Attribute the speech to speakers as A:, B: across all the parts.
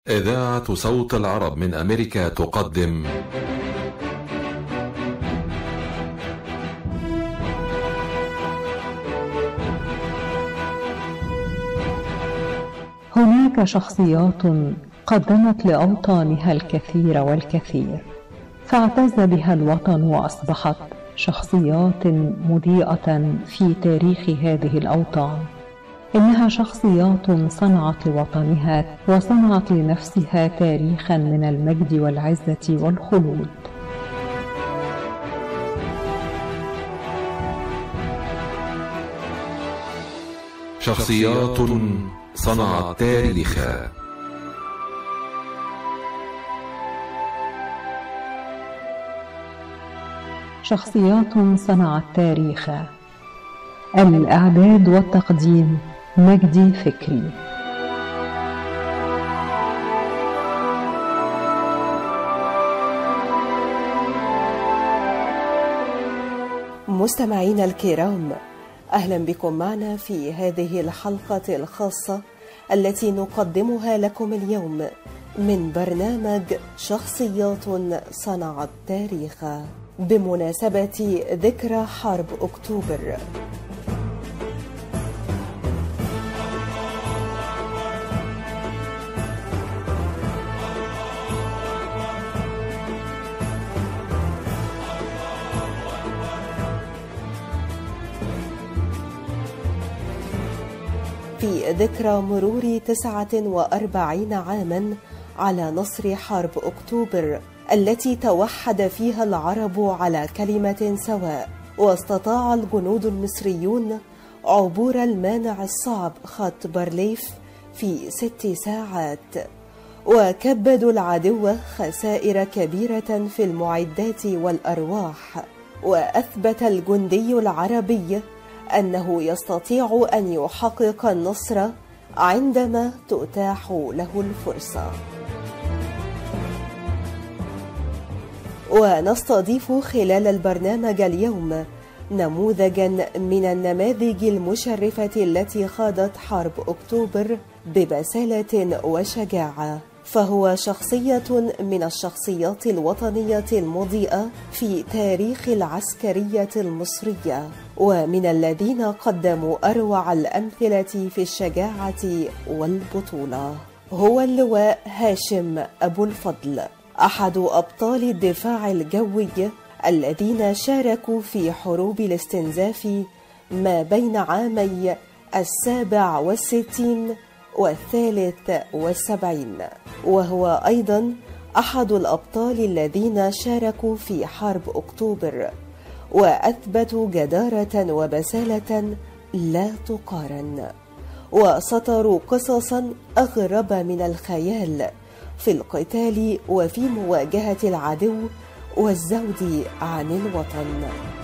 A: إذاعة صوت العرب من أمريكا تقدم
B: هناك شخصيات قدمت لأوطانها الكثير والكثير، فاعتز بها الوطن وأصبحت شخصيات مضيئة في تاريخ هذه الأوطان. إنها شخصيات صنعت لوطنها وصنعت لنفسها تاريخا من المجد والعزة والخلود.
A: شخصيات صنعت تاريخا.
B: شخصيات صنعت تاريخا. الإعداد والتقديم مجدي فكري.
C: مستمعينا الكرام، أهلا بكم معنا في هذه الحلقة الخاصة التي نقدمها لكم اليوم من برنامج شخصيات صنعت تاريخا بمناسبة ذكرى حرب أكتوبر. في ذكرى مرور 49 عاما على نصر حرب أكتوبر التي توحد فيها العرب على كلمة سواء، واستطاع الجنود المصريون عبور المانع الصعب خط بارليف في 6 ساعات، وكبدوا العدو خسائر كبيرة في المعدات والأرواح، وأثبت الجندي العربي أنه يستطيع أن يحقق النصر عندما تتاح له الفرصة. ونستضيف خلال البرنامج اليوم نموذجا من النماذج المشرفة التي خاضت حرب أكتوبر ببسالة وشجاعة، فهو شخصية من الشخصيات الوطنية المضيئة في تاريخ العسكرية المصرية، ومن الذين قدموا أروع الأمثلة في الشجاعة والبطولة. هو اللواء هاشم أبو الفضل، أحد أبطال الدفاع الجوي الذين شاركوا في حروب الاستنزاف ما بين عامي 67 و73، وهو أيضا أحد الأبطال الذين شاركوا في حرب أكتوبر وأثبتوا جدارة وبسالة لا تقارن، وسطروا قصصا أغرب من الخيال في القتال وفي مواجهة العدو والزود عن الوطن.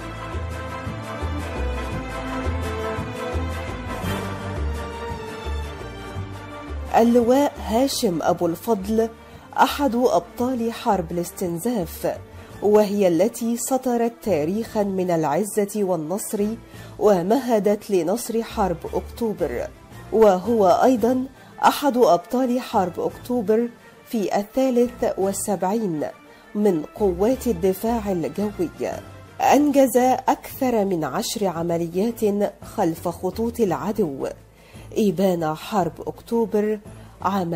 C: اللواء هاشم أبو الفضل أحد أبطال حرب الاستنزاف، وهي التي سطرت تاريخا من العزة والنصر ومهدت لنصر حرب أكتوبر، وهو أيضا أحد أبطال حرب أكتوبر في 73 من قوات الدفاع الجوي. أنجز أكثر من 10 عمليات خلف خطوط العدو إبان حرب أكتوبر عام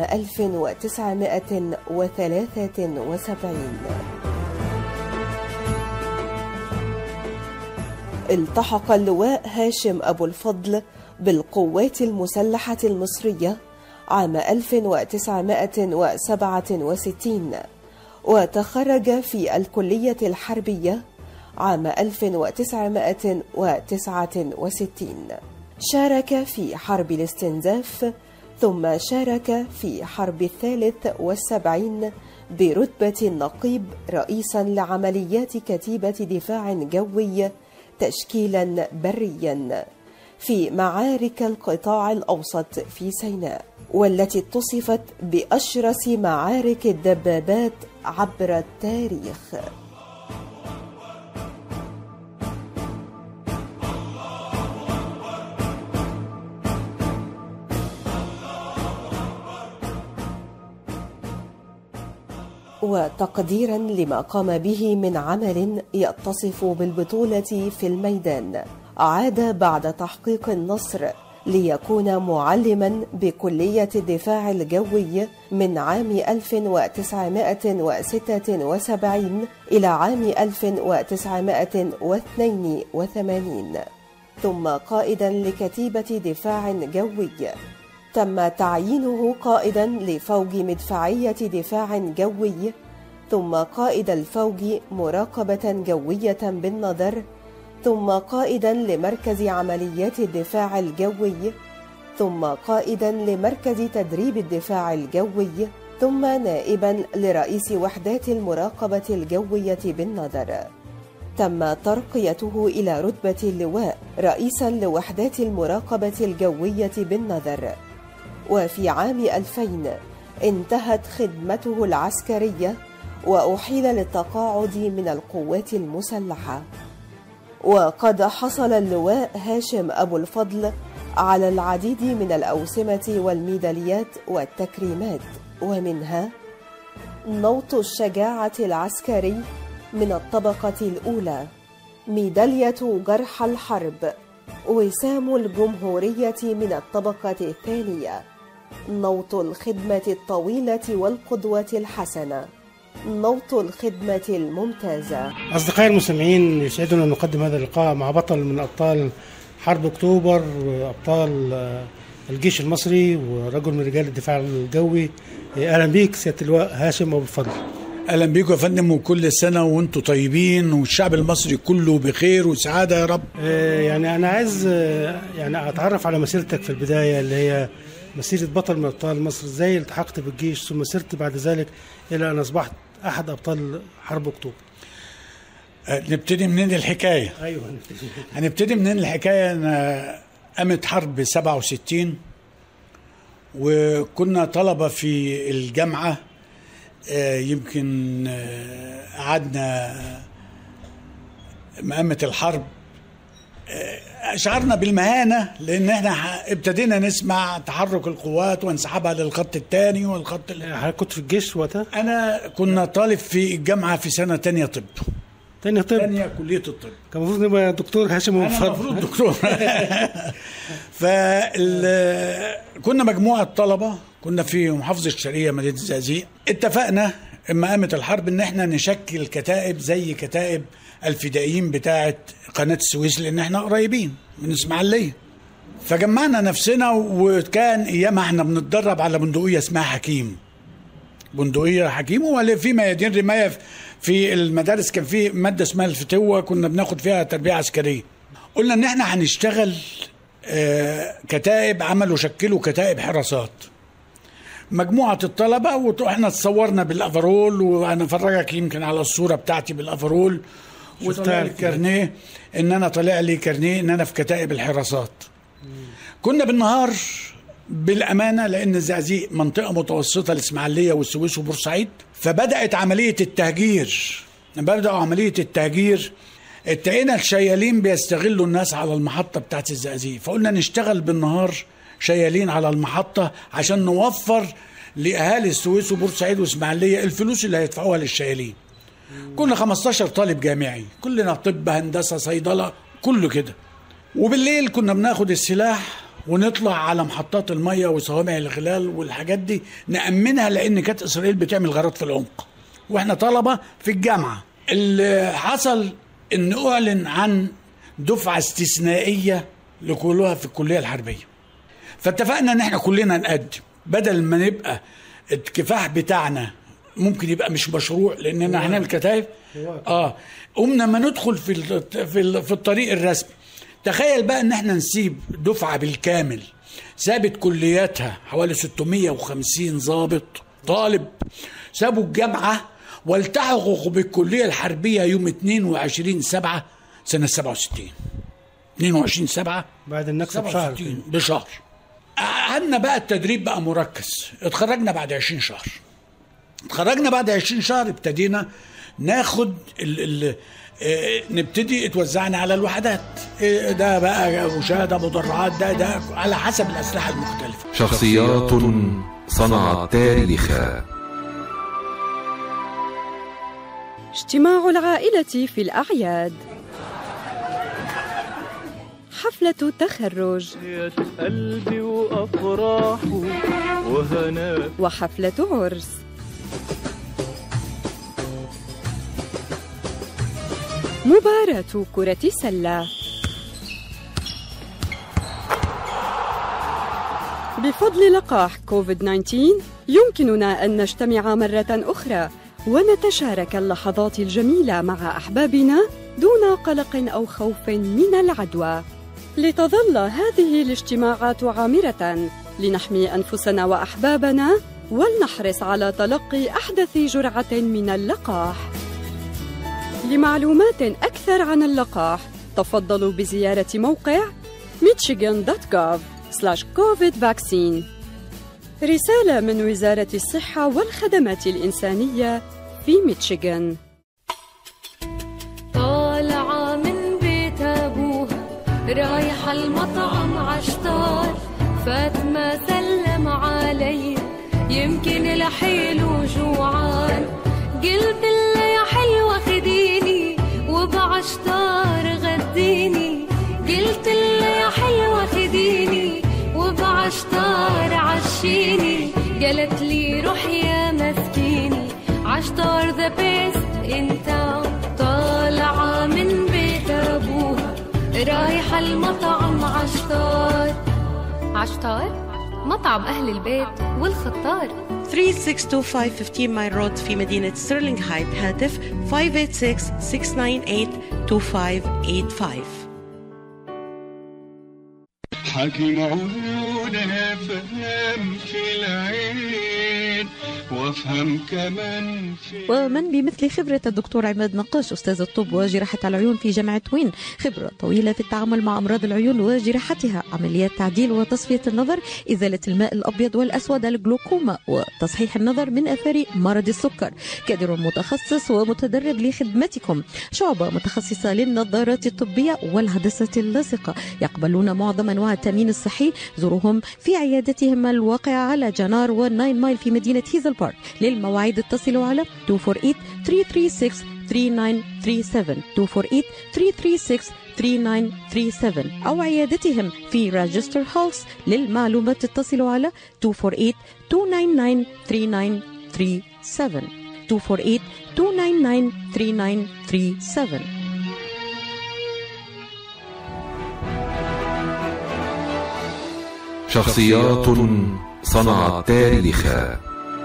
C: 1973. التحق اللواء هاشم أبو الفضل بالقوات المسلحة المصرية عام 1967، وتخرج في الكلية الحربية عام 1969. شارك في حرب الاستنزاف، ثم شارك في حرب 73 برتبة النقيب رئيسا لعمليات كتيبة دفاع جوي تشكيلا بريا في معارك القطاع الأوسط في سيناء، والتي اتصفت بأشرس معارك الدبابات عبر التاريخ. وتقديرا لما قام به من عمل يتصف بالبطولة في الميدان، عاد بعد تحقيق النصر ليكون معلما بكلية الدفاع الجوي من عام 1976 إلى عام 1982، ثم قائدا لكتيبة دفاع جوي. تم تعيينه قائدا لفوج مدفعية دفاع جوي، ثم قائد الفوج مراقبة جوية بالنظر، ثم قائدا لمركز عمليات الدفاع الجوي، ثم قائدا لمركز تدريب الدفاع الجوي، ثم نائبا لرئيس وحدات المراقبة الجوية بالنظر. تم ترقيته إلى رتبة اللواء رئيسا لوحدات المراقبة الجوية بالنظر. وفي عام 2000 انتهت خدمته العسكرية وأحيل للتقاعد من القوات المسلحة. وقد حصل اللواء هاشم أبو الفضل على العديد من الأوسمة والميداليات والتكريمات، ومنها نوط الشجاعة العسكري من الطبقة الأولى، ميدالية جرح الحرب، وسام الجمهورية من الطبقة الثانية، نوط الخدمة الطويلة والقدوة الحسنة، نوط الخدمة الممتازة.
D: أصدقائي المستمعين، يسعدنا أن نقدم هذا اللقاء مع بطل من أبطال حرب أكتوبر وأبطال الجيش المصري ورجل من رجال الدفاع الجوي. أهلا بيك سيادة اللواء هاشم أبو الفضل.
E: اهلا بيكم يا فندم، وكل سنه وانتم طيبين والشعب المصري كله بخير وسعاده يا رب.
D: يعني انا عايز يعني اتعرف على مسيرتك في البدايه اللي هي مسيره بطل من ابطال مصر، ازاي التحقت بالجيش ثم سرت بعد ذلك الى ان اصبحت احد ابطال حرب اكتوبر.
E: نبتدي منين الحكايه؟
D: ايوه
E: هنبتدي منين الحكايه. انا قامت حرب 67 وكنا طلبه في الجامعه، يمكن قعدنا مقامة الحرب، شعرنا بالمهانة لأن احنا ابتدينا نسمع تحرك القوات وانسحابها للخط الثاني والخط
D: حضرتك كنت في الجيش وقتها؟
E: أنا كنا طالب في الجامعة في سنة تانية طب.
D: تانية
E: كلية الطب.
D: كان المفروض نبقى دكتور هاشم أبو الفضل.
E: أنا المفروض دكتور. كنا مجموعة طلبة، كنا في محافظة الشرقية مدينة الزقازيق. اتفقنا اما قامت الحرب ان احنا نشكل كتائب زي كتائب الفدائيين بتاعة قناة السويس، لان احنا قريبين من اسماعيلية. فجمعنا نفسنا، وكان ايامها احنا بنتدرب على بندقية اسمها حكيم، بندقية حكيم، ولا في ميادين رماية في المدارس كان في مادة اسمها الفتوة كنا بناخد فيها تربية عسكرية. قلنا ان احنا هنشتغل كتائب، عملوا شكلوا كتائب حراسات. مجموعة الطلبة واحنا اتصورنا بالافرول، وانا فرجك يمكن على الصورة بتاعتي بالافرول، وطلع لي الكارنيه ان انا طالع لي كارنيه ان انا في كتائب الحراسات. كنا بالنهار بالامانة لان الزقازيق منطقة متوسطة الاسماعيلية والسويس وبورسعيد، فبدأت عملية التهجير. بدأوا عملية التهجير، اتقينا الشيالين بيستغلوا الناس على المحطة بتاعت الزقازيق، فقلنا نشتغل بالنهار شيالين على المحطة عشان نوفر لأهالي السويس وبورسعيد واسماعيلية الفلوس اللي هيدفعوها للشيالين. كنا 15 طالب جامعي، كلنا طب هندسة صيدلة كله كده. وبالليل كنا بناخد السلاح ونطلع على محطات المية وصوامع الغلال والحاجات دي نأمنها، لأن كانت إسرائيل بتعمل غارات في العمق وإحنا طلبة في الجامعة. اللي حصل إن أعلن عن دفعة استثنائية لكلها في الكلية الحربية، فاتفقنا ان احنا كلنا نقدم، بدل ما نبقى الكفاح بتاعنا ممكن يبقى مش مشروع لاننا احنا الكتائب. قمنا ما ندخل في الطريق الرسمي. تخيل بقى ان احنا نسيب دفعة بالكامل سابت كلياتها، حوالي 650 ضابط طالب سابوا الجامعة والتحقوا بالكلية الحربية يوم 22/7 سنة 67. 22/7
D: بعد النكسة
E: بشهر. قعدنا بقى التدريب بقى مركز. اتخرجنا بعد 20 شهر. اتخرجنا بعد 20 شهر ابتدينا ناخد نبتدي اتوزعنا على الوحدات، ده بقى مشاهدة مدرعات، ده على حسب الأسلحة المختلفة.
A: شخصيات صنعت تاريخا.
F: اجتماع العائلة في الأعياد، حفلة تخرج
G: قلبي وأفراح وهناء
F: وحفلة عرس، مباراة كرة سلة. بفضل لقاح كوفيد-19 يمكننا أن نجتمع مرة أخرى ونتشارك اللحظات الجميلة مع أحبابنا دون قلق أو خوف من العدوى. لتظل هذه الاجتماعات عامرة لنحمي أنفسنا وأحبابنا ولنحرص على تلقي أحدث جرعة من اللقاح. لمعلومات أكثر عن اللقاح تفضلوا بزيارة موقع michigan.gov/COVID-vaccine. رسالة من وزارة الصحة والخدمات الإنسانية في ميشيغان.
H: طالعة من بيت أبوها رايحة المطعم عشتار، فاطمة سلم علي يمكن لحيله جوعان، قلت له يا حلوة خديني وبعشتار غديني، قلت له يا حلوة خديني وبعشتار عشيني، قالت لي روح يا مسكيني عشتار ذا بيست انت. طالعة من بيت أبوها رايحة المطعم عشتار. عشتار مطعم أهل البيت والخطار.
I: 3625 15 مايل رود في مدينة ستيرلينغ هايت. هاتف 586-698-2585.
J: حكي معونة فهم في العين وافهم كمان في.
K: ومن بمثل خبرة الدكتور عماد نقاش أستاذ الطب وجراحة العيون في جامعة وين، خبرة طويلة في التعامل مع أمراض العيون وجراحتها، عمليات تعديل وتصفية النظر، إزالة الماء الأبيض والأسود، الجلوكوما، وتصحيح النظر من آثار مرض السكر. كادر متخصص ومتدرب لخدمتكم، شعبة متخصصة للنظارات الطبية والعدسة اللاصقة، يقبلون معظم أنواع التأمين الصحي. زوروهم في عيادتهم الواقعة على جنار والناين مايل في مدينة هيزل بارك. للمواعيد اتصلوا على 248-336-3937 248-336-3937 أو عيادتهم في راجستر هولس. للمعلومات اتصلوا على 248-299-3937 248-299-3937.
A: شخصيات صنعت تاريخا.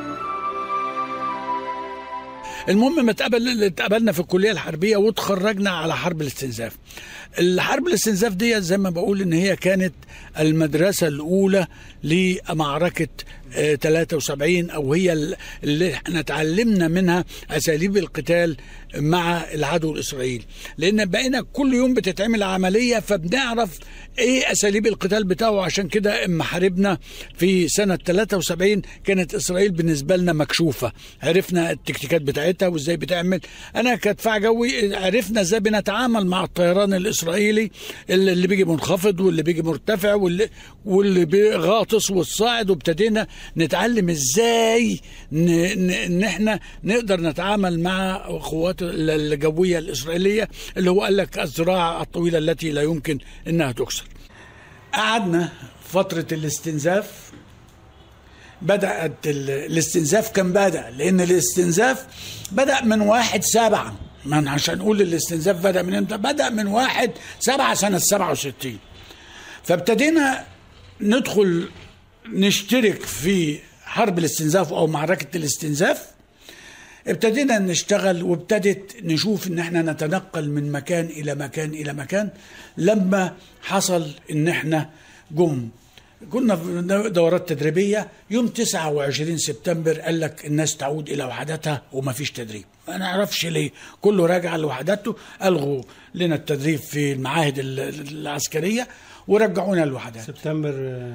E: المهم اتقابلنا في الكلية الحربية وتخرجنا على حرب الاستنزاف. الحرب الاستنزاف دي زي ما بقول ان هي كانت المدرسة الاولى لمعركة 73 او هي اللي احنا اتعلمنا منها اساليب القتال مع العدو الاسرائيلي، لان بقينا كل يوم بتتعمل عملية فبنعرف ايه اساليب القتال بتاعه. عشان كده اما حاربنا في سنة 73 كانت اسرائيل بالنسبة لنا مكشوفة، عرفنا التكتيكات بتاعتها وازاي بتعمل. انا كدفاع جوي عرفنا ازاي بنتعامل مع الطيران الاسرائيلي اللي بيجي منخفض واللي بيجي مرتفع واللي بيغاطس والصاعد، وابتدينا نتعلم ازاي ان احنا نقدر نتعامل مع قوات الجوية الاسرائيلية اللي هو قال لك الذراع الطويلة التي لا يمكن انها تكسر. قعدنا فترة الاستنزاف، بدأت الاستنزاف كان لأن الاستنزاف بدأ من 1/7، من عشان نقول الاستنزاف بدأ من امتى؟ بدأ من 1/7 سنة 67. فابتدينا ندخل نشترك في حرب الاستنزاف أو معركة الاستنزاف. ابتدينا نشتغل وابتدت نشوف ان احنا نتنقل من مكان الى مكان الى مكان، لما حصل ان احنا كنا في دورات تدريبية. يوم 29 سبتمبر قال لك الناس تعود الى وحداتها وما فيش تدريب. ما نعرفش ليه، كله راجع لوحداته. الغوا لنا التدريب في المعاهد العسكرية ورجعونا لوحدات.
D: سبتمبر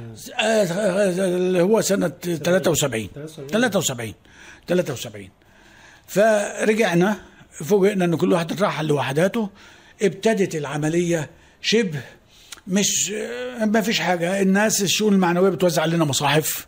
E: اللي هو سنة 73. فرجعنا فوجئنا ان كل واحد راح لوحداته. ابتدت العملية شبه مش ما فيش حاجة. الناس الشؤون المعنوية بتوزع لنا مصاحف،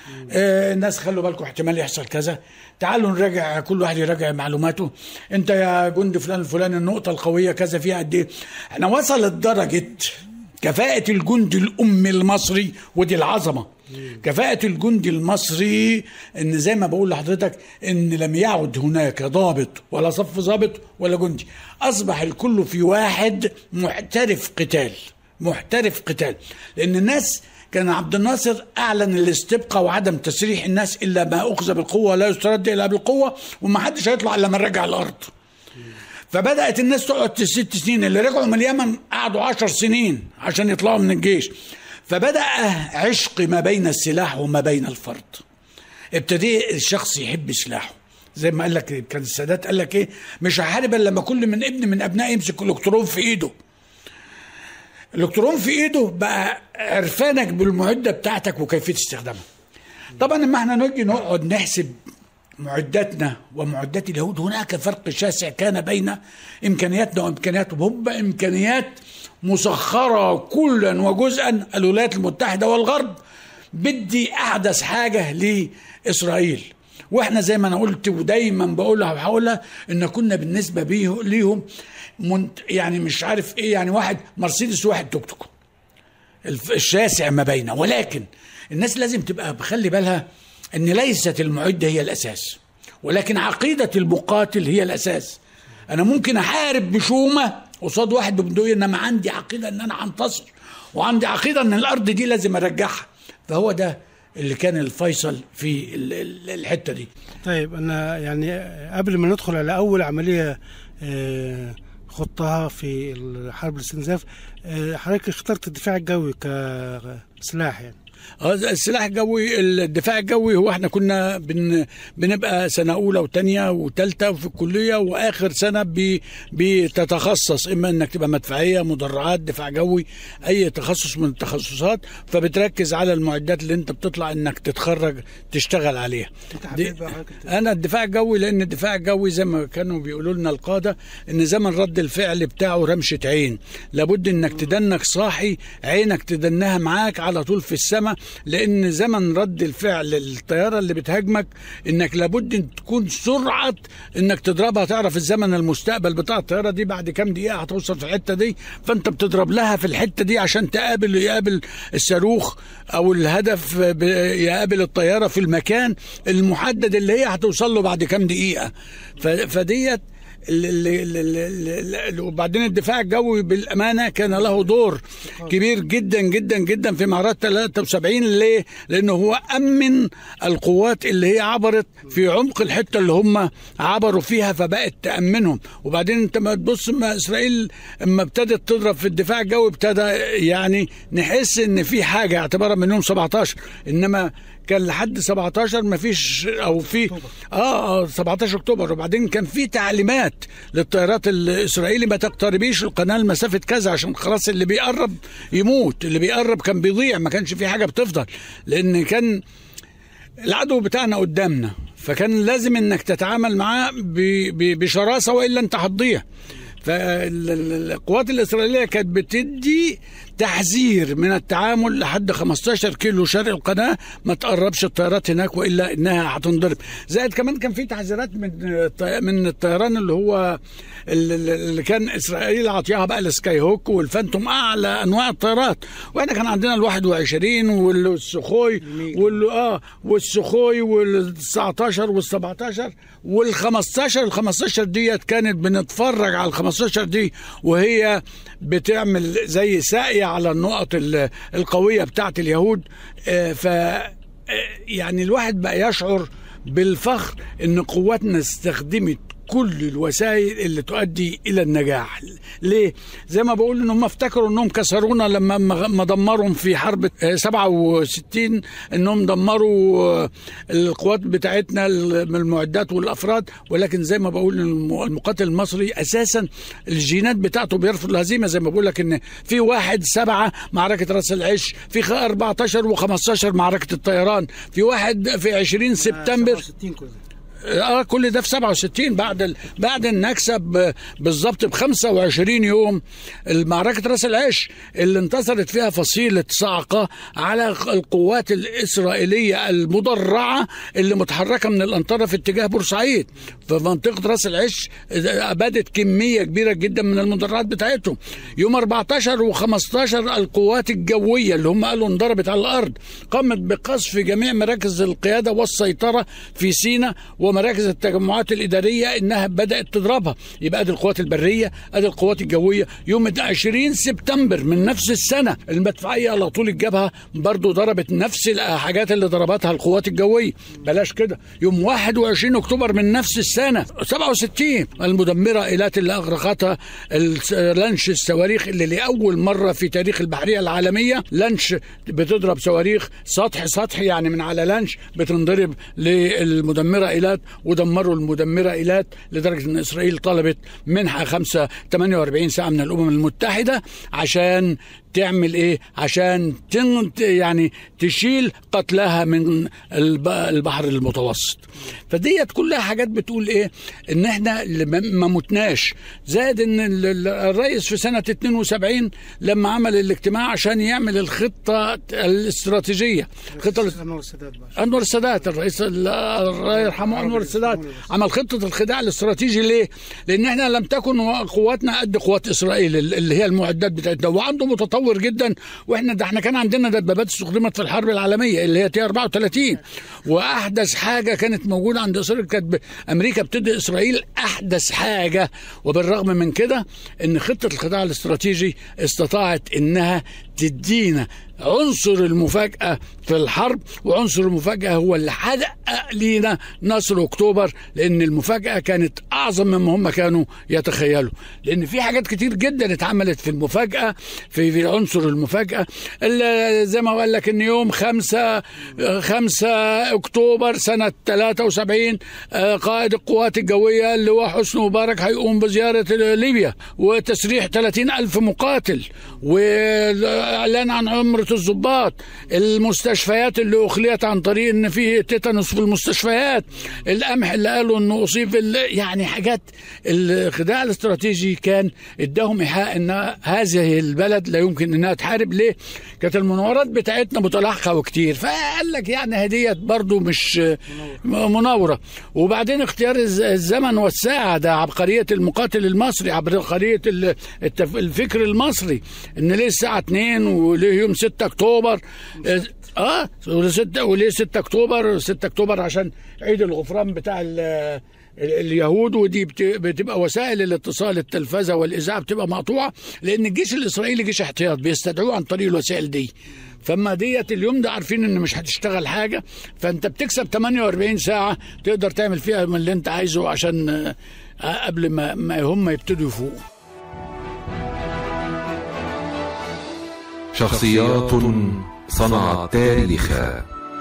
E: الناس خلوا بالكم احتمال يحصل كذا، تعالوا نراجع، كل واحد يراجع معلوماته. انت يا جندي فلان الفلاني النقطه القويه كذا فيها قد ايه. احنا وصلت درجه كفاءه الجندي الامي المصري، ودي العظمه. كفاءة الجندي المصري ان زي ما بقول لحضرتك ان لم يعد هناك ضابط ولا صف ضابط ولا جندي، اصبح الكل في واحد محترف قتال، محترف قتال. لان الناس كان عبد الناصر اعلن الاستبقاء وعدم تسريح الناس الا ما اخذ بالقوه ولا يسترد الا بالقوه، وما حدش هيطلع الا ما نرجع الارض. فبدات الناس تقعد 6 سنين، اللي رجعوا من اليمن قعدوا 10 سنين عشان يطلعوا من الجيش. فبدأ عشق ما بين السلاح وما بين الفرد. ابتدي الشخص يحب سلاحه، زي ما قال لك كان السادات قال لك ايه، مش هحارب الا لما كل من ابنائي يمسك الالكترون في ايده. الالكترون في ايده بقى عرفانك بالمعده بتاعتك وكيفيه استخدامها. طبعا لما احنا نيجي نقعد نحسب معداتنا ومعدات اليهود، هناك فرق شاسع كان بين امكانياتنا وامكانياتهم. هم امكانيات مسخرة كلا وجزءا الولايات المتحدة والغرب بدي أحدث حاجة لإسرائيل، وإحنا زي ما أنا قلت ودايما بقولها وهقولها إن كنا بالنسبة ليهم يعني مش عارف إيه، يعني واحد مرسيدس وواحد توك توك الشاسع ما بينه. ولكن الناس لازم تبقى بخلي بالها إن ليست المعدة هي الأساس، ولكن عقيدة المقاتل هي الأساس. أنا ممكن أحارب بشومة قصاد واحد ببندقية، انما عندي عقيده ان انا هنتصر، وعندي عقيده ان الارض دي لازم ارجعها. فهو ده اللي كان الفيصل في الحته دي.
D: طيب انا يعني قبل ما ندخل على اول عمليه خضتها في حرب الاستنزاف، حضرتك اخترت الدفاع الجوي كسلاح يعني.
E: السلاح الجوي، الدفاع الجوي هو احنا كنا بنبقى سنة أولى وثانية وثالثة في الكلية، وآخر سنة بتتخصص، إما إنك تبقى مدفعية، مدرعات، دفاع جوي، أي تخصص من التخصصات. فبتركز على المعدات اللي أنت بتطلع إنك تتخرج تشتغل عليها. أنا الدفاع الجوي، لأن الدفاع الجوي زي ما كانوا بيقولوا لنا القادة إن زمن رد الفعل بتاعه رمشة عين، لابد إنك تدنك صاحي، عينك تدنها معاك على طول في السماء، لان زمن رد الفعل الطياره اللي بتهاجمك انك لابد ان تكون سرعه انك تضربها، تعرف الزمن المستقبل بتاع الطياره دي بعد كام دقيقه هتوصل في الحته دي، فانت بتضرب لها في الحته دي عشان يقابل الصاروخ او الهدف، يقابل الطياره في المكان المحدد اللي هي هتوصل له بعد كام دقيقه. فديت وبعدين الدفاع الجوي بالأمانة كان له دور كبير جدا جدا جدا في معركة 73. ليه؟ لأنه هو أمن القوات اللي هي عبرت في عمق الحتة اللي هم عبروا فيها، فبقت تأمنهم. وبعدين انت ما تبص، ما إسرائيل اما ابتدت تضرب في الدفاع الجوي ابتدى يعني نحس ان في حاجة اعتبارا من يوم 17، انما كان لحد 17 ما فيش، او في 17 اكتوبر. وبعدين كان في تعليمات للطيارات الاسرائيلي ما تقتربيش القناه لمسافه كذا، عشان خلاص اللي بيقرب يموت، اللي بيقرب كان بيضيع، ما كانش في حاجه بتفضل، لان كان العدو بتاعنا قدامنا، فكان لازم انك تتعامل معاه بشراسه والا انت هتضيع. فالقوات الإسرائيلية كانت بتدي تحذير من التعامل لحد 15 كيلو شرق القناة، ما تقربش الطيارات هناك وإلا إنها هتنضرب. زائد كمان كان في تحذيرات من الطيران اللي هو اللي كان إسرائيل عطيها بقى السكاي هوك والفانتوم، أعلى أنواع الطيارات. وإحنا كان عندنا ال21 والسخوي والسخوي وال19 وال17 وال15. ال15 ديت كانت بنتفرج على ال15 دي وهي بتعمل زي ساقية على النقط القوية بتاعت اليهود. يعني الواحد بقى يشعر بالفخر ان قواتنا استخدمت كل الوسائل اللي تؤدي الى النجاح. ليه؟ زي ما بقول انهم افتكروا انهم كسرونا لما دمرهم في حرب 67، انهم دمروا القوات بتاعتنا من المعدات والافراد، ولكن زي ما بقول المقاتل المصري اساسا الجينات بتاعته بيرفض الهزيمه. زي ما بقول لك ان في 1/7 معركه راس العش، في 14 و15 معركه الطيران، في 20 سبتمبر كل ده في 67 بعد النكسة بالظبط ب 25 يوم. المعركة راس العش اللي انتصرت فيها فصيلة صاعقة على القوات الإسرائيلية المدرعة اللي متحركة من الأنطرة في اتجاه بورسعيد. في منطقة راس العش أبادت كمية كبيرة جدا من المدرعات بتاعتهم. يوم 14 و15 القوات الجوية اللي هم قالوا انضربت على الأرض قامت بقصف جميع مراكز القيادة والسيطرة في سيناء ومراكز التجمعات الإدارية إنها بدأت تضربها. يبقى ادي القوات البرية ادي القوات الجوية. يوم 20 سبتمبر من نفس السنة المدفعية على طول الجبهة برضو ضربت نفس الحاجات اللي ضربتها القوات الجوية. بلاش كده. يوم 21 أكتوبر من نفس السنة 67 المدمرة إيلات اللي أغرقتها لانش الصواريخ اللي لأول مرة في تاريخ البحرية العالمية لانش بتضرب صواريخ سطحي يعني من على لانش بتنضرب للمدمرة إيلات ودمروا المدمرة إيلات لدرجة أن إسرائيل طلبت منحة 48 ساعة من الأمم المتحدة عشان تعمل ايه؟ عشان يعني تشيل قتلها من البحر المتوسط. فديت كلها حاجات بتقول ايه؟ ان احنا ما متناش. زائد ان الرئيس في سنة 72 لما عمل الاجتماع عشان يعمل الخطة الاستراتيجية. أنور السادات الرئيس الله يرحمه أنور السادات عمل خطة الخداع الاستراتيجي. ليه؟ لان احنا لم تكن قواتنا قد قوات اسرائيل اللي هي المعدات بتاعتنا وعنده متطور جدا. احنا كان عندنا دبابات استخدمت في الحرب العالميه اللي هي تي 34 واحدث حاجه كانت موجوده عند اسرائيل كانت امريكا بتدي اسرائيل احدث حاجه. وبالرغم من كده ان خطه الخداع الاستراتيجي استطاعت انها تدينا عنصر المفاجأة في الحرب. وعنصر المفاجأة هو اللي حقق لينا نصر أكتوبر لأن المفاجأة كانت أعظم مما هم كانوا يتخيلوا. لأن في حاجات كتير جدا اتعملت في المفاجأة في عنصر المفاجأة زي ما قال لك إن يوم 5 أكتوبر سنة 73 قائد القوات الجوية اللي هو حسني مبارك هيقوم بزيارة ليبيا وتسريح 30,000 مقاتل وإعلان عن عمرة الضباط. المستشفيات اللي أخليت عن طريق إن فيه تيتانوس في المستشفيات. القمح اللي قالوا إنه أصيب يعني حاجات. الخداع الاستراتيجي كان اداهم إيحاء إن هذه البلد لا يمكن إنها تحارب. ليه؟ كانت المناورات بتاعتنا متلاحقة وكتير فقال لك يعني هديت برضو مش مناورة. وبعدين اختيار الزمن والساعة ده عبقرية المقاتل المصري عبقرية الفكر المصري إن ليه الساعة 2 وليه يوم 6 أكتوبر. وليه 6 أكتوبر 6 أكتوبر عشان عيد الغفران بتاع اليهود. ودي بتبقى وسائل الاتصال التلفزة والإذاعة بتبقى مقطوعة لأن الجيش الإسرائيلي جيش احتياط بيستدعوه عن طريق الوسائل دي. فما ديت اليوم ده عارفين ان مش هتشتغل حاجة فانت بتكسب 48 ساعة تقدر تعمل فيها من اللي انت عايزه عشان قبل ما هم يبتدوا يفوقوا.
A: شخصيات صنعت تاريخا.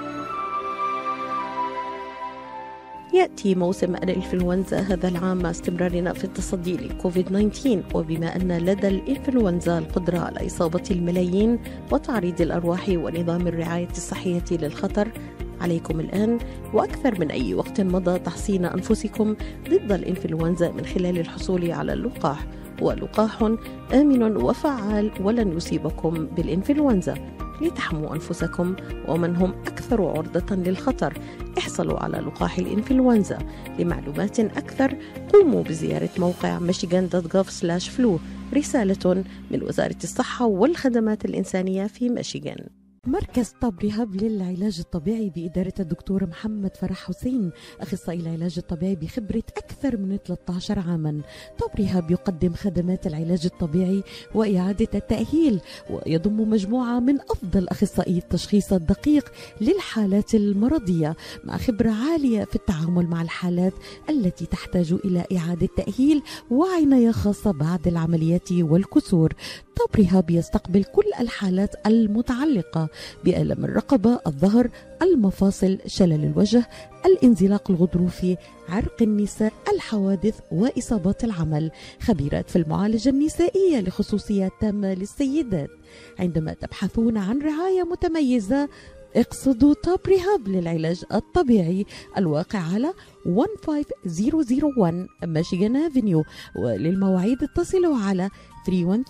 K: يأتي موسم الإنفلونزا هذا العام مع استمرارنا في التصدي لكوفيد 19 وبما أن لدى الإنفلونزا القدرة على إصابة الملايين وتعريض الأرواح ونظام الرعاية الصحية للخطر عليكم الآن وأكثر من أي وقت مضى تحصين أنفسكم ضد الإنفلونزا من خلال الحصول على اللقاح. ولقاح آمن وفعال ولن يصيبكم بالإنفلونزا. لتحموا أنفسكم ومن هم أكثر عرضة للخطر احصلوا على لقاح الإنفلونزا. لمعلومات أكثر قوموا بزيارة موقع michigan.gov/flu. رسالة من وزارة الصحة والخدمات الإنسانية في ميشيغان. مركز طب ريهاب للعلاج الطبيعي بإدارة الدكتور محمد فرح حسين أخصائي العلاج الطبيعي بخبرة أكثر من 13 عاما. طب ريهاب يقدم خدمات العلاج الطبيعي وإعادة التأهيل ويضم مجموعة من أفضل أخصائي التشخيص الدقيق للحالات المرضية مع خبرة عالية في التعامل مع الحالات التي تحتاج إلى إعادة تأهيل وعناية خاصة بعد العمليات والكسور. طب ريهاب يستقبل كل الحالات المتعلقة بألم الرقبة، الظهر، المفاصل، شلل الوجه، الانزلاق الغضروفي، عرق النساء، الحوادث وإصابات العمل. خبيرات في المعالجة النسائية لخصوصيات تامة للسيدات. عندما تبحثون عن رعاية متميزة اقصدوا توب ريهاب للعلاج الطبيعي الواقع على 15001 ميشيغان افنيو. وللمواعيد اتصلوا على 313-846-0555.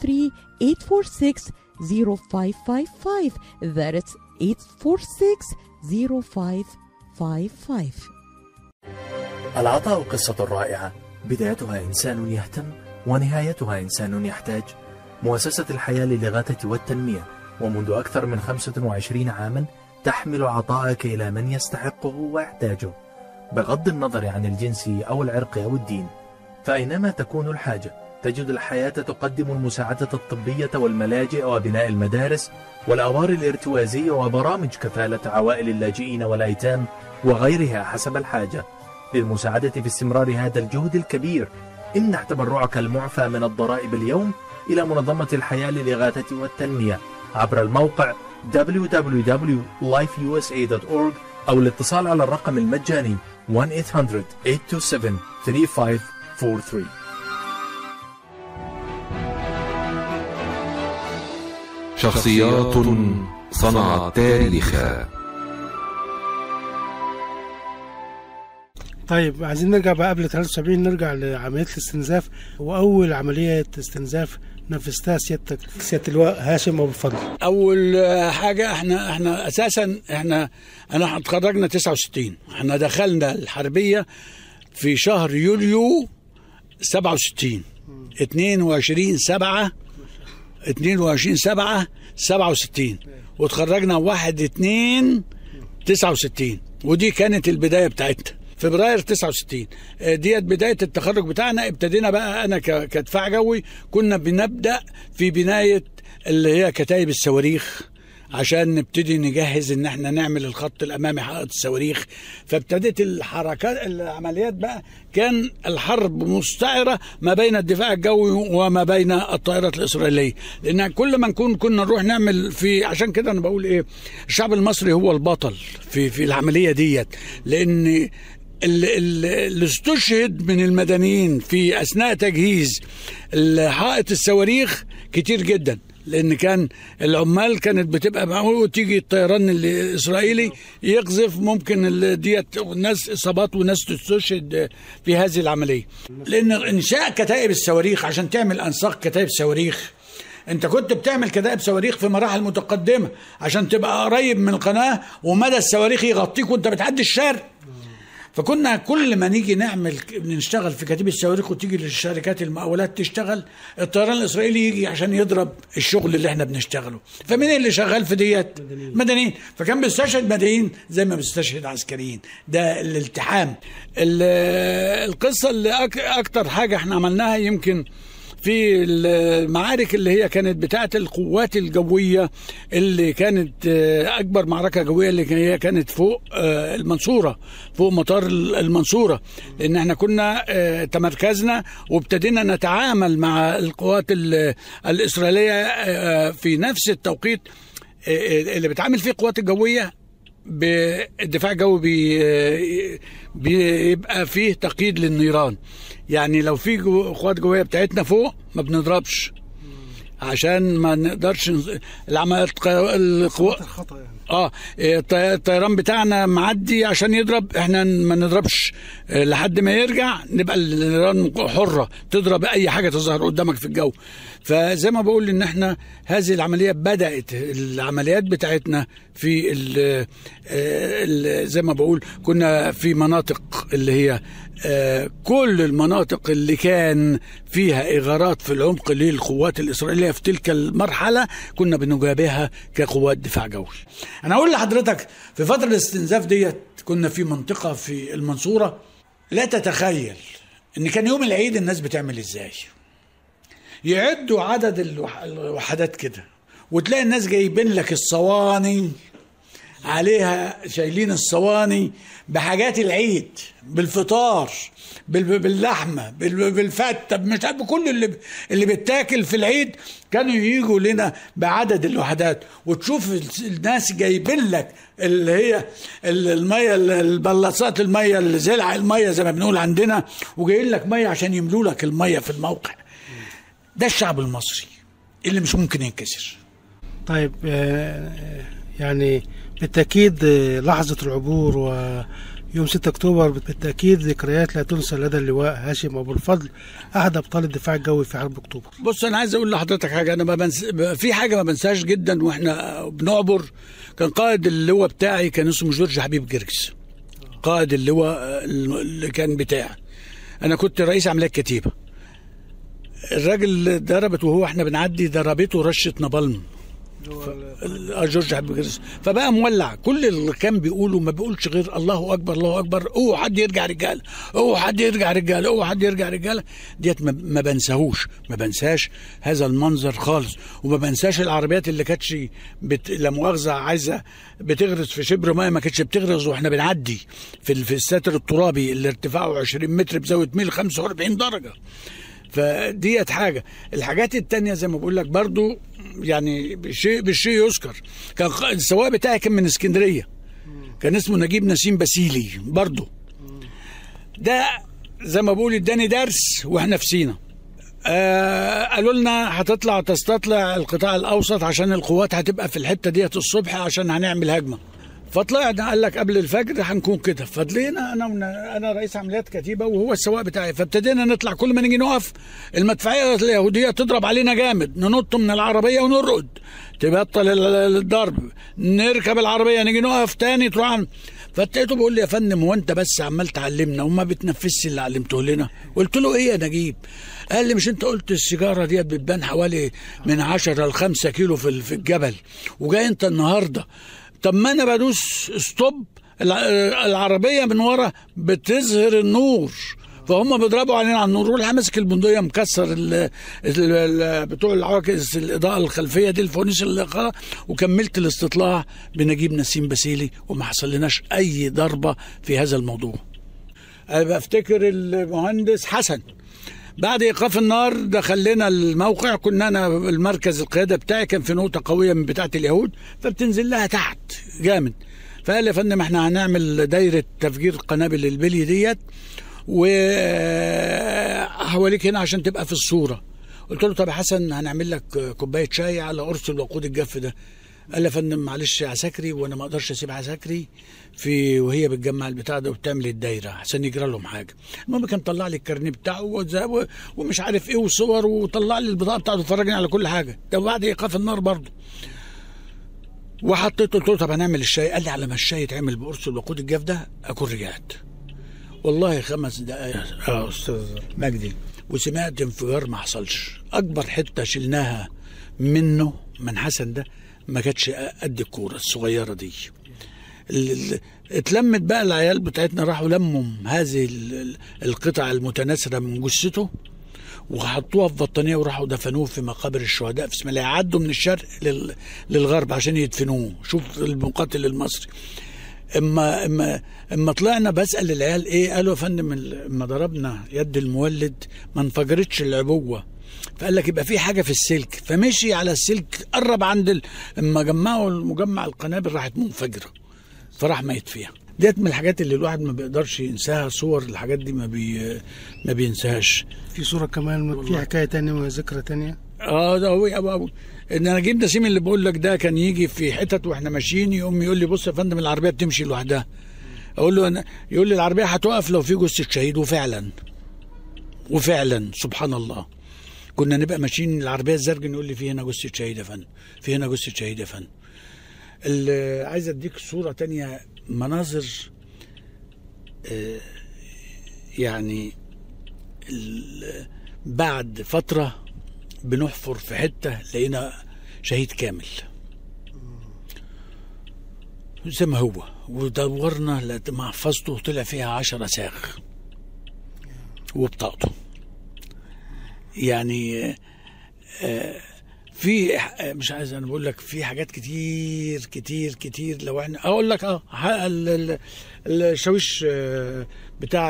K: That's 846-0555.
L: العطاء قصة رائعة، بدايتها إنسان يهتم ونهايتها إنسان يحتاج. مؤسسة الحياة للإغاثة والتنمية ومنذ أكثر من 25 عاما تحمل عطاءك إلى من يستحقه ويحتاجه بغض النظر عن الجنس أو العرق أو الدين. فأينما تكون الحاجة تجد الحياة تقدم المساعدة الطبية والملاجئ وبناء المدارس والأوار الارتوازية وبرامج كفالة عوائل اللاجئين والأيتام وغيرها حسب الحاجة. للمساعدة في استمرار هذا الجهد الكبير امنح تبرعك المعفى من الضرائب اليوم إلى منظمة الحياة للإغاثة والتنمية عبر الموقع www.lifeusa.org أو الاتصال على الرقم المجاني 1-800-827-3543.
A: شخصيات صنعت تاريخا.
D: طيب عايزين نرجع بقى قبل 73، نرجع لعملية الاستنزاف. وأول عملية استنزاف نفذتها سيادة اللواء هاشم أبو الفضل.
E: أول حاجة احنا أساسا انا اتخرجنا 69، احنا دخلنا الحربية في شهر يوليو 67 22/7/67 وتخرجنا 1/2/69 ودي كانت البداية بتاعتنا فبراير 69. ديت بداية التخرج بتاعنا. ابتدينا بقى أنا كدفاع جوي كنا بنبدأ في بناية اللي هي كتائب الصواريخ عشان نبتدي نجهز ان احنا نعمل الخط الامامي حائط الصواريخ. فابتدت العمليات بقى كان الحرب مستعرة ما بين الدفاع الجوي وما بين الطائرات الإسرائيلية، لأن كل ما كنا نروح نعمل في. عشان كده أنا بقول إيه، الشعب المصري هو البطل في العملية ديت، لأن اللي استشهد من المدنيين في أثناء تجهيز حائط الصواريخ كتير جدا، لأن كان العمال كانت بتبقى معه وتيجي الطيران الإسرائيلي يقذف، ممكن ديت ناس إصابات وناس تستشهد في هذه العملية. لأن إنشاء كتائب الصواريخ عشان تعمل أنساق كتائب صواريخ، أنت كنت بتعمل كتائب صواريخ في مراحل متقدمة عشان تبقى قريب من القناة ومدى الصواريخ يغطيك وأنت بتعدي الشارع. فكنا كل ما نيجي نشتغل في كتيبة الصواريخ وتيجي للشركات المقاولات تشتغل، الطيران الإسرائيلي يجي عشان يضرب الشغل اللي احنا بنشتغله. فمين اللي شغال في ديت؟ مدنيين. فكان بيستشهد مدنيين زي ما بيستشهد عسكريين. ده الالتحام. القصة اللي أكتر حاجة احنا عملناها يمكن في المعارك اللي هي كانت بتاعة القوات الجوية، اللي كانت أكبر معركة جوية اللي هي كانت فوق المنصورة، فوق مطار المنصورة، لأن احنا كنا تمركزنا وابتدينا نتعامل مع القوات الإسرائيلية في نفس التوقيت اللي بتعامل فيه القوات الجوية. بالدفاع الجوي بيبقى فيه تقييد للنيران، يعني لو في قوات جويه بتاعتنا فوق ما بنضربش عشان ما نقدرش الطيران بتاعنا معدي عشان يضرب، احنا ما نضربش لحد ما يرجع، نبقى النيران حرة تضرب اي حاجة تظهر قدامك في الجو. فزي ما بقول ان احنا هذه العملية بدأت العمليات بتاعتنا في زي ما بقول كنا في مناطق اللي هي كل المناطق اللي كان فيها إغارات في العمق للقوات الإسرائيلية في تلك المرحلة كنا بنجابهها كقوات دفاع جوي. أنا أقول لحضرتك في فترة الاستنزاف ديت كنا في منطقة في المنصورة لا تتخيل إن كان يوم العيد الناس بتعمل إزاي. يعدوا عدد الوحدات كده وتلاقي الناس جايبين لك الصواني عليها، شايلين الصواني بحاجات العيد، بالفطار، باللحمه، بالفته، مش عارف بكل اللي بيتاكل في العيد. كانوا ييجوا لنا بعدد الوحدات وتشوف الناس جايبين لك اللي هي الميه، البلاصات الميه، اللي زلع الميه زي ما بنقول عندنا، وجايين لك ميه عشان يملوا لك الميه في الموقع. ده الشعب المصري اللي مش ممكن ينكسر.
D: طيب يعني بالتأكيد لحظة العبور ويوم 6 أكتوبر بالتأكيد ذكريات لا تنسى لدى اللواء هاشم أبو الفضل أحد أبطال الدفاع الجوي في حرب أكتوبر.
E: بص أنا عايز أقول لحضرتك حاجة، أنا في حاجة ما بنساهاش جدا وإحنا بنعبر. كان قائد اللواء بتاعي كان اسمه جورج حبيب جرجس، قائد اللواء اللي كان بتاعي. أنا كنت رئيس عمليات كتيبة. الراجل ضربت وهو احنا بنعدي ضربته رشة نابالم جورج حبيب جرجس، فبقى مولع. كل اللي كان بيقوله ما بيقولش غير الله اكبر الله اكبر، اوعوا حد يرجع رجاله، اوعوا حد يرجع رجاله، اوعوا حد يرجع رجاله. ديت ما بنساهوش، ما بنساش هذا المنظر خالص. وما بنساش العربيات اللي كانتش لا مؤاخذه عايزه بتغرز في شبر ميه، ما كانتش بتغرز واحنا بنعدي في الساتر الترابي اللي ارتفاعه 20 متر بزاويه ميل 45 درجه. فديت حاجه. الحاجات التانية زي ما بقول لك برضو يعني بالشيء يذكر. كان السواق بتاعي كان من اسكندريه، كان اسمه نجيب نسيم باسيلي برضو. ده زي ما بقول اداني درس واحنا في سينا. قالوا لنا هتطلع تستطلع القطاع الاوسط عشان القوات هتبقى في الحته ديت الصبح عشان هنعمل هجمه. فطلعنا قال لك قبل الفجر هنكون كده. فضلينا انا رئيس عمليات كتيبه وهو السواق بتاعي. فابتدينا نطلع، كل ما نيجي نقف المدفعيه اليهوديه تضرب علينا جامد، ننط من العربيه ونرقد، تبطل الضرب، نركب العربيه نيجي نقف تاني تروح. فابتديته بيقول لي يا فندم هو انت بس عمال تعلمنا وما بتنفذش اللي علمته لنا؟ قلت له ايه يا نجيب؟ قال لي مش انت قلت السيجاره ديت بتبان حوالي من 10 ل 5 كيلو في الجبل، وجاي انت النهارده؟ طب ما انا بدوس ستوب العربيه من ورا بتظهر النور، فهم بيضربوا علينا على النور، واللي ماسك البندقيه مكسر بتوع العواكس الاضاءه الخلفيه دي الفوانيس اللي وكملت الاستطلاع بنجيب نسيم باسيلي وما حصل لناش اي ضربه في هذا الموضوع. انا بفتكر المهندس حسن بعد ايقاف النار دخل لنا الموقع. كنا انا المركز القياده بتاعي كان في نقطه قويه من بتاعه اليهود فبتنزل لها تحت جامد. فقال لي يا فندم احنا هنعمل دايره تفجير قنابل البلي ديت وحواليك هنا عشان تبقى في الصوره. قلت له طب يا حسن هنعمل لك كوبايه شاي على قرص الوقود الجاف ده. قال لي يا فندم معلش عساكري وانا ما اقدرش اسيب عساكري وهي بتجمع البتاع ده وبتعمل الدايره عشان يجرى لهم حاجه. المهم كان طلع لي الكارنيه بتاعه ومش عارف ايه وصور، وطلع لي البطاقه بتاعته وفرجني على كل حاجه. ده بعد ايقاف النار برضه. وحطيت قلت له طب هنعمل الشاي. قال لي على ما الشاي يتعمل بقرص الوقود الجاف ده اكون رجعت. والله 5 دقايق يا استاذ مجدي وسمعت انفجار ما حصلش. اكبر حته شلناها منه من حسن ده ما كانتش قد الكوره الصغيره دي. اتلمت بقى العيال بتاعتنا راحوا لموا هذه القطع المتناثره من جثته وحطوها في بطانيه وراحوا دفنوه في مقابر الشهداء في اسماعيليه. عدوا من الشرق للغرب عشان يدفنوه. شوف المقاتل المصري. اما طلعنا بسال العيال ايه، قالوا يا فندم اما ضربنا يد المولد ما انفجرتش العبوه. فقال لك يبقى في حاجه في السلك، فمشي على السلك قرب عند اما جمعوا المجمع القنابل راحت منفجره فراح ميت فيها. ديت من الحاجات اللي الواحد ما بيقدرش ينساها. صور الحاجات دي ما بينساهاش.
D: في صوره كمان في حكايه تانية وذكرى تانية.
E: ده هو ابو ان انا جيب نسيم اللي بقول لك ده كان يجي في حتت واحنا ماشيين يقوم يقول لي بص يا فندم العربيه بتمشي لوحدها. اقول له يقول لي العربيه هتقف لو في جثه شهيد. وفعلا سبحان الله كنا نبقى ماشيين العربيه الزرقاء يقول لي في هنا جثه شهيد يا فندم، في هنا جثه شهيد يا فندم. عايز اديك صوره تانية مناظر يعني بعد فتره بنحفر في حته لقينا شهيد كامل زي ما هو، ودورنا محفظته طلع فيها 10 ساغ وبطاقته. يعني في مش عايز انا بقول لك في حاجات كتير كتير كتير. لو احنا اقول لك الشاويش بتاع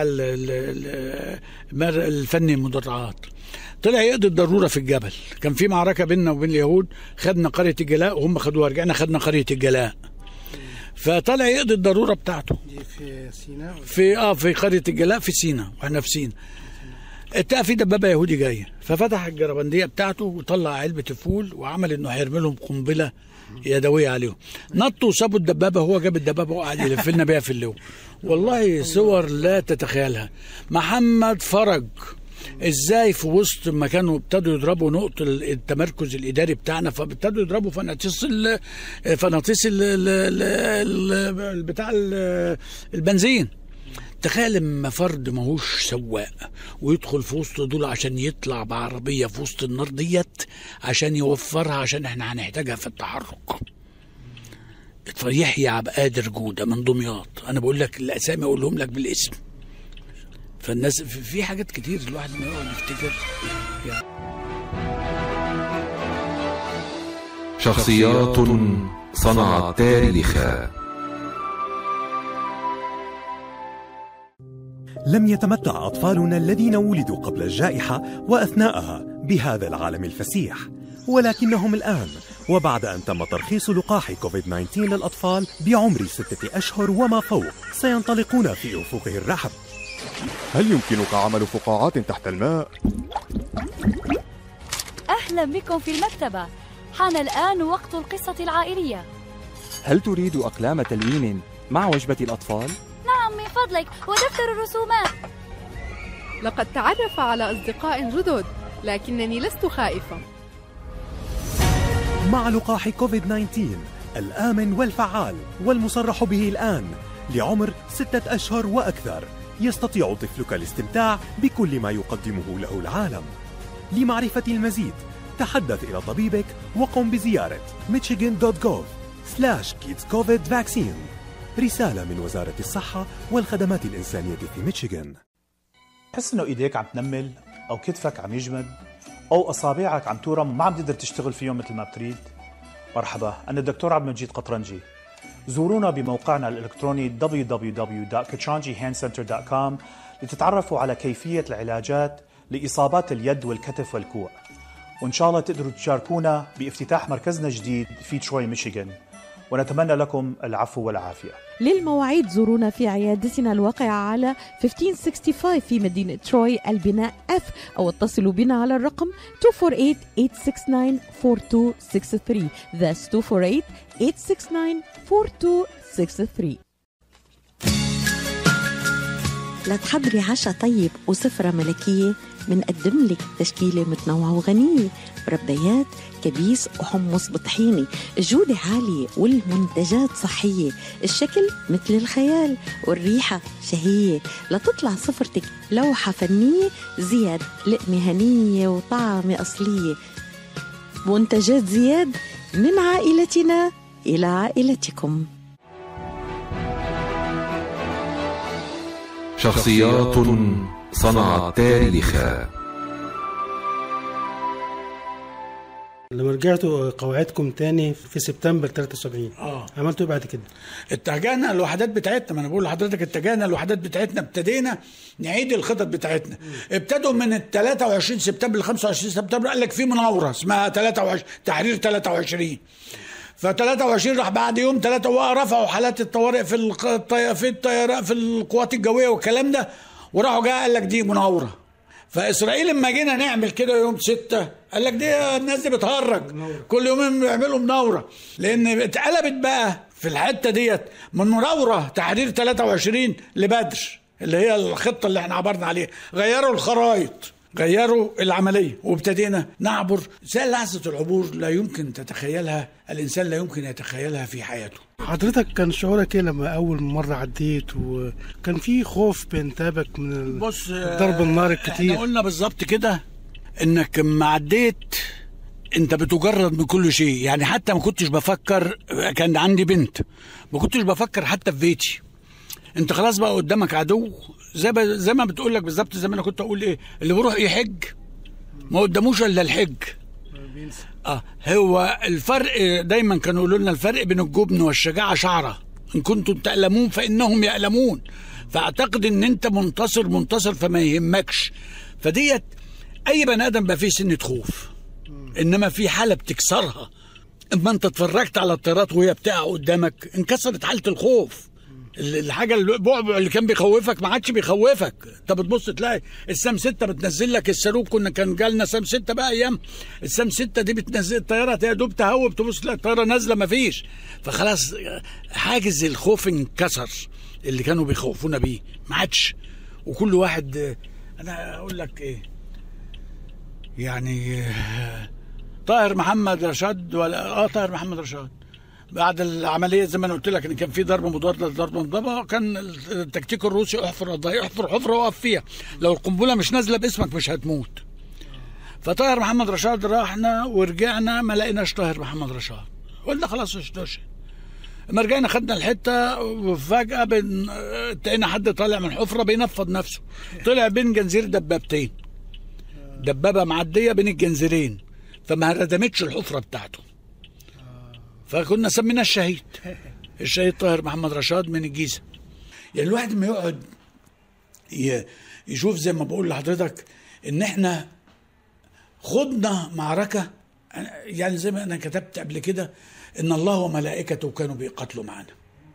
E: الفني المدرعات طلع يقضي الضروره في الجبل. كان في معركه بيننا وبين اليهود، خدنا قريه الجلاء وهم خدوها، رجعنا خدنا قريه الجلاء. فطلع يقضي الضروره بتاعته
D: دي في سيناء
E: في قريه الجلاء في سيناء واحنا في سيناء. اتقى في دبابه يهودي جايه، ففتح الجربنديه بتاعته وطلع علبه الفول وعمل انه هيرمي لهم قنبله يدويه عليهم. نطوا وسابوا الدبابه، هو جاب الدبابه وقعد يلف لنا بيها في اللو. والله صور لا تتخيلها. محمد فرج ازاي في وسط ما كانوا ابتدوا يضربوا نقطه التمركز الاداري بتاعنا، فابتدوا يضربوا فناطيس بتاع البنزين. تخيل اما فرد ماهوش سواق ويدخل في وسط دول عشان يطلع بعربيه في وسط النار ديت عشان يوفرها، عشان احنا هنحتاجها في التحرك. يحيى عبد القادر جوده من دمياط، انا بقول لك الاسامي اقولهم لك بالاسم. فالناس في حاجات كتير الواحد ما يقعد يفتكر يعني.
A: شخصيات صنعت تاريخا.
M: لم يتمتع أطفالنا الذين ولدوا قبل الجائحة وأثناءها بهذا العالم الفسيح، ولكنهم الآن وبعد أن تم ترخيص لقاح كوفيد-19 للأطفال بعمر 6 أشهر وما فوق سينطلقون في أفقه الرحب.
N: هل يمكنك عمل فقاعات تحت الماء؟
O: أهلا بكم في المكتبة. حان الآن وقت القصة العائلية.
P: هل تريد أقلام تلوين مع وجبة الأطفال؟
O: نعم من فضلك، ودفتر الرسومات.
Q: لقد تعرف على أصدقاء جدد، لكنني لست خائفة.
M: مع لقاح كوفيد-19 الآمن والفعال والمصرح به الآن لعمر 6 أشهر وأكثر، يستطيع طفلك الاستمتاع بكل ما يقدمه له العالم. لمعرفة المزيد تحدث إلى طبيبك وقم بزيارة michigan.gov/kidscovidvaccine. رسالة من وزارة الصحة والخدمات الإنسانية في ميشيغان.
R: تحس إنه إيديك عم تنمل أو كتفك عم يجمد أو أصابعك عم تورم وما عم تقدر تشتغل فيهم مثل ما بتريد؟ مرحبا، أنا الدكتور عبد المجيد قطرنجي. زورونا بموقعنا الإلكتروني www.katranjihandcenter.com لتتعرفوا على كيفية العلاجات لإصابات اليد والكتف والكوع، وإن شاء الله تقدروا تشاركونا بافتتاح مركزنا الجديد في تروي ميشيغان، ونتمنى لكم العفو والعافية.
K: للمواعيد زورونا في عيادتنا الواقعة على 1565 في مدينة تروي البناء F، أو اتصلوا بنا على الرقم 248-869-4263. That's 248-869-4263. لتحضري عشاء طيب وسفرة ملكية، منقدم لك تشكيلة متنوعة وغنية، مربيات، كبيس وحمص بطحيني، الجودة عالية والمنتجات صحية، الشكل مثل الخيال والريحة شهية، لتطلع سفرتك لوحة فنية زياد، لقمة هنية وطعمة أصلية. منتجات زياد من عائلتنا إلى عائلتكم.
A: شخصيات صنعت تاريخا.
D: لما رجعتوا قواعدكم تاني في سبتمبر 73 عملتوا ايه بعد كده؟
E: اتجهنا الوحدات بتاعتنا، ما انا بقول لحضرتك اتجهنا الوحدات بتاعتنا، ابتدينا نعيد الخطط بتاعتنا. ابتدوا من ال 23 سبتمبر ل 25 سبتمبر قال لك في مناوره اسمها 23 تحرير 23. ف 23 راح بعد يوم 3 رفعوا حالات الطوارئ في الطيارات في القوات الجويه والكلام ده، وراحوا جاء قال لك دي مناوره. فاسرائيل لما جينا نعمل كده يوم 6 قال لك دي الناس دي بتهرج، كل يومين بيعملوا مناوره، لان اتقلبت بقى في الحته ديت من مناوره تحرير 23 لبدر اللي هي الخطه اللي احنا عبرنا عليها. غيروا الخرائط، غيروا العمليه، وابتدينا نعبر زي لحظه العبور لا يمكن تتخيلها الانسان، لا يمكن يتخيلها في حياته.
D: حضرتك كان شعورك ايه لما اول مره عديت، وكان في خوف بينتابك من ضرب النار الكتير؟
E: احنا قلنا بالظبط كده انك لما عديت انت بتجرد من كل شيء، يعني حتى ما كنتش بفكر. كان عندي بنت، ما كنتش بفكر حتى في بيتي. انت خلاص بقى قدامك عدو، زي ما بتقول لك بالظبط، زي ما انا كنت اقول ايه، اللي بيروح يحج ما قداموش الا الحج. هو الفرق دايما كانوا يقولوا لنا الفرق بين الجبن والشجاعه شعره، ان كنتم تألمون فانهم يألمون. فاعتقد ان انت منتصر فما يهمكش. فديت اي بني ادم بقى فيه سنه خوف، انما في حاله بتكسرها. اما انت اتفرجت على الطيارات وهي بتقع قدامك انكسرت حاله الخوف، الحاجه البعبع اللي كان بيخوفك ما عادش بيخوفك. انت بتبص تلاقي السام 6 بتنزل لك الصاروخ. كان جالنا سام 6 بقى ايام السام 6 دي بتنزل الطياره يا دوب تهوب تبص تلاقي الطياره نازله ما فيش. فخلاص حاجز الخوف انكسر اللي كانوا بيخوفونا بيه ما عادش. وكل واحد انا اقول لك ايه يعني طاهر محمد رشاد ولا طاهر محمد رشاد بعد العمليه زي ما انا قلت لك ان كان في ضرب مضاده كان التكتيك الروسي احفر حفره وقف فيها، لو القنبله مش نازله باسمك مش هتموت. فطاهر محمد رشاد راحنا ورجعنا ما لقيناش طاهر محمد رشاد، قلنا خلاص اشتوش. لما رجعنا خدنا الحته وفجاه لقينا حد طالع من حفره بينفض نفسه، طلع بين جنزير دبابتين، دبابه معديه بين الجنزيرين فما ردمتش الحفره بتاعته. فكنا سميناه الشهيد طاهر محمد رشاد من الجيزه. يعني الواحد ما يقعد يشوف زي ما بقول لحضرتك ان احنا خضنا معركه، يعني زي ما انا كتبت قبل كده ان الله وملائكته كانوا بيقاتلوا معنا.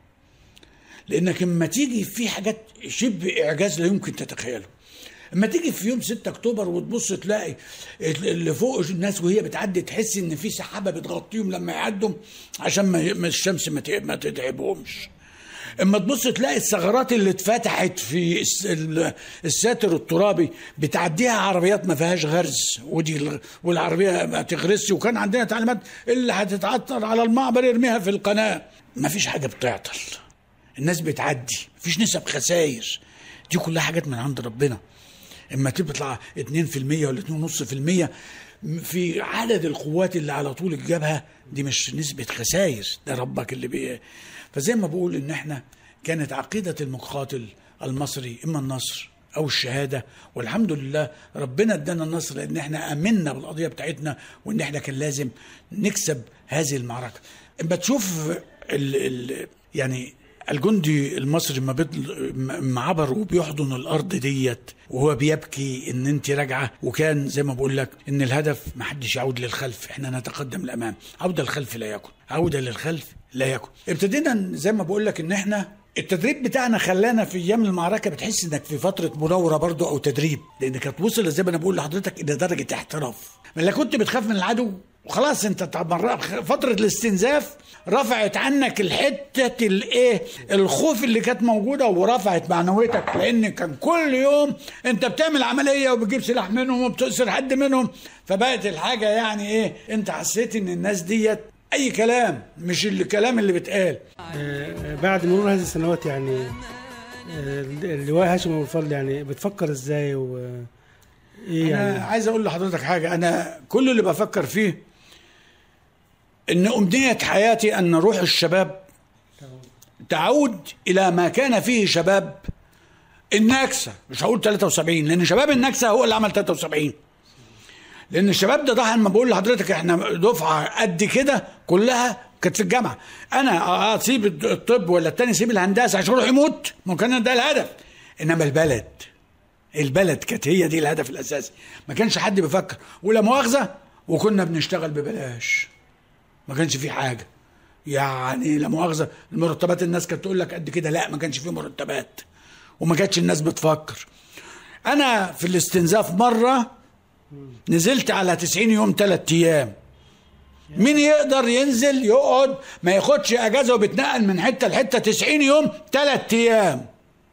E: لانك اما تيجي في حاجات شبه اعجاز لا يمكن تتخيله. اما تيجي في يوم 6 اكتوبر وتبص تلاقي اللي فوق الناس وهي بتعدي تحس ان في سحابه بتغطيهم لما يعدوا عشان ما الشمس ما تتعبهمش. اما تبص تلاقي الثغرات اللي اتفتحت في الساتر الترابي بتعديها عربيات ما فيهاش غرز والعربيه ما تغرسش، وكان عندنا تعليمات اللي هتتعطل على المعبر يرميها في القناه. ما فيش حاجه بتعطل، الناس بتعدي، مفيش نسب خسائر. دي كلها حاجات من عند ربنا. اما تطلع 2% ولا 2.5% في عدد القوات اللي على طول الجبهه، دي مش نسبه خسائر، ده ربك اللي فزي ما بقول ان احنا كانت عقيده المقاتل المصري اما النصر او الشهاده، والحمد لله ربنا ادانا النصر لان احنا امنا بالقضيه بتاعتنا وان احنا كان لازم نكسب هذه المعركه. اما تشوف يعني الجندي المصري ما عبر وبيحضن الارض ديت وهو بيبكي ان انت راجعه، وكان زي ما بقول لك ان الهدف ما حدش يعود للخلف، احنا نتقدم للامام. عوده للخلف لا يكن، عوده للخلف لا يكن. ابتدينا زي ما بقول لك ان احنا التدريب بتاعنا خلانا في ايام المعركه بتحس انك في فتره مناوره برضو او تدريب، لان كانت وصل زي ما انا بقول لحضرتك الى درجه احتراف. لا كنت بتخاف من العدو وخلاص، انت فتره الاستنزاف رفعت عنك الحته الخوف اللي كانت موجوده ورفعت معنويتك، لان كان كل يوم انت بتعمل عمليه وبتجيب سلاح منهم وبتأسر حد منهم، فبقت الحاجه يعني انت حسيت ان الناس ديت اي كلام مش الكلام اللي بيتقال.
D: بعد مرور هذه السنوات يعني اللواء هاشم ابو الفضل يعني بتفكر ازاي
E: يعني؟ انا عايز اقول لحضرتك حاجه، انا كل اللي بفكر فيه ان امنيه حياتي ان روح الشباب تعود الى ما كان فيه شباب النكسه. مش هقول 73، لان شباب النكسه هو اللي عمل 73. لان الشباب ده طبعا ما بقول لحضرتك احنا دفعه قد كده كلها كانت في الجامعه. انا اسيب الطب ولا التاني يسيب الهندسه عشان يروح يموت، ما كان ده الهدف. انما البلد كانت هي دي الهدف الاساسي. ما كانش حد بيفكر ولا مؤاخذه، وكنا بنشتغل ببلاش، ما كانش في حاجه يعني. لا مؤاخذه المرتبات الناس كانت تقول لك قد كده، لا ما كانش في مرتبات وما كانتش الناس بتفكر. انا في الاستنزاف مره نزلت على 90 يوم 3 ايام. مين يقدر ينزل يقعد ما ياخدش اجازه وبتنقل من حته لحته 90 يوم 3 ايام؟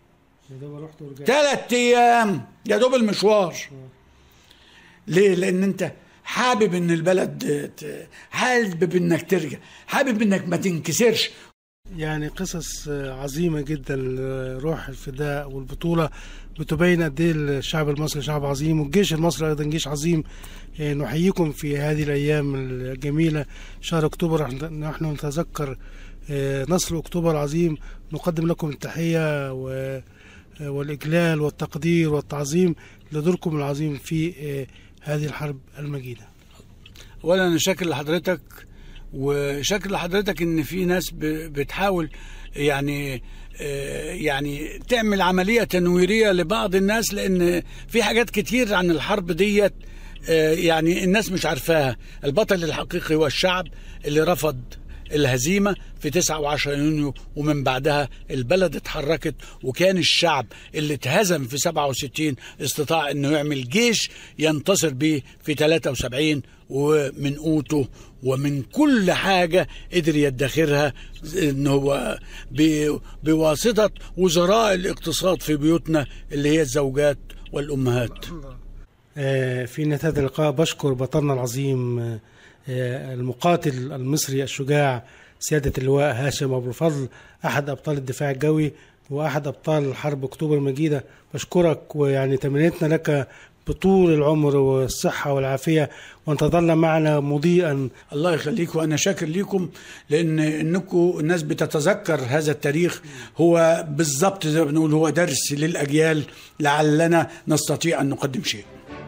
E: 3 ايام يا دوب المشوار. ليه؟ لان انت حابب ان البلد، حابب انك ترجع، حابب انك ما تنكسرش.
D: يعني قصص عظيمة جدا، روح الفداء والبطولة بتبين قد ايه الشعب المصري شعب عظيم، والجيش المصري ايضا جيش عظيم. نحييكم في هذه الايام الجميلة، شهر اكتوبر نحن نتذكر نصر اكتوبر العظيم. نقدم لكم التحية والاجلال والتقدير والتعظيم لدوركم العظيم في هذه الحرب المجيدة.
E: ولا انا شاكر لحضرتك، وشاكر لحضرتك ان في ناس بتحاول يعني تعمل عملية تنويرية لبعض الناس، لان في حاجات كتير عن الحرب ديت يعني الناس مش عارفاها. البطل الحقيقي هو الشعب اللي رفض الهزيمة في 9 و10 يونيو، ومن بعدها البلد اتحركت، وكان الشعب اللي اتهزم في 67 استطاع انه يعمل جيش ينتصر به في 73، ومن قوته ومن كل حاجة قدر يدخرها انه هو بواسطة وزراء الاقتصاد في بيوتنا اللي هي الزوجات والأمهات.
D: في نهاية هذا اللقاء بشكر بطلنا العظيم المقاتل المصري الشجاع سيادة اللواء هاشم أبو الفضل، أحد أبطال الدفاع الجوي وأحد أبطال حرب أكتوبر المجيدة. بشكرك، ويعني تمنيتنا لك بطول العمر والصحة والعافية، وأن تظل معنا مضيئا.
E: الله يخليك، وأنا شاكر لكم، لأن إنكم الناس بتتذكر هذا التاريخ، هو بالضبط زي ما بنقول هو درس للأجيال لعلنا نستطيع أن نقدم شيء.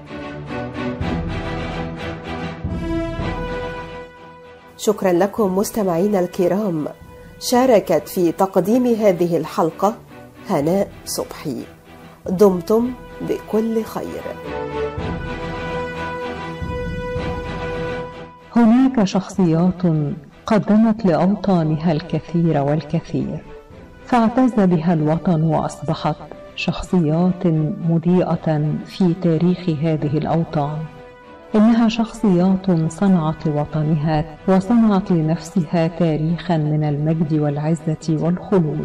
C: شكرا لكم مستمعينا الكرام. شاركت في تقديم هذه الحلقة هناء صبحي. دمتم بكل خير.
B: هناك شخصيات قدمت لأوطانها الكثير والكثير، فاعتز بها الوطن وأصبحت شخصيات مضيئة في تاريخ هذه الأوطان. إنها شخصيات صنعت لوطنها وصنعت لنفسها تاريخا من المجد والعزة والخلود.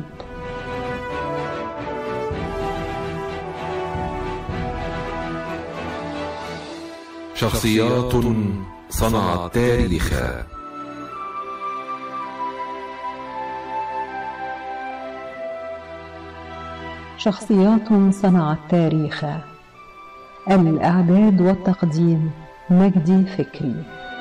A: شخصيات صنعت تاريخا.
B: شخصيات صنعت تاريخا. الإعداد والتقديم مجدي فكري.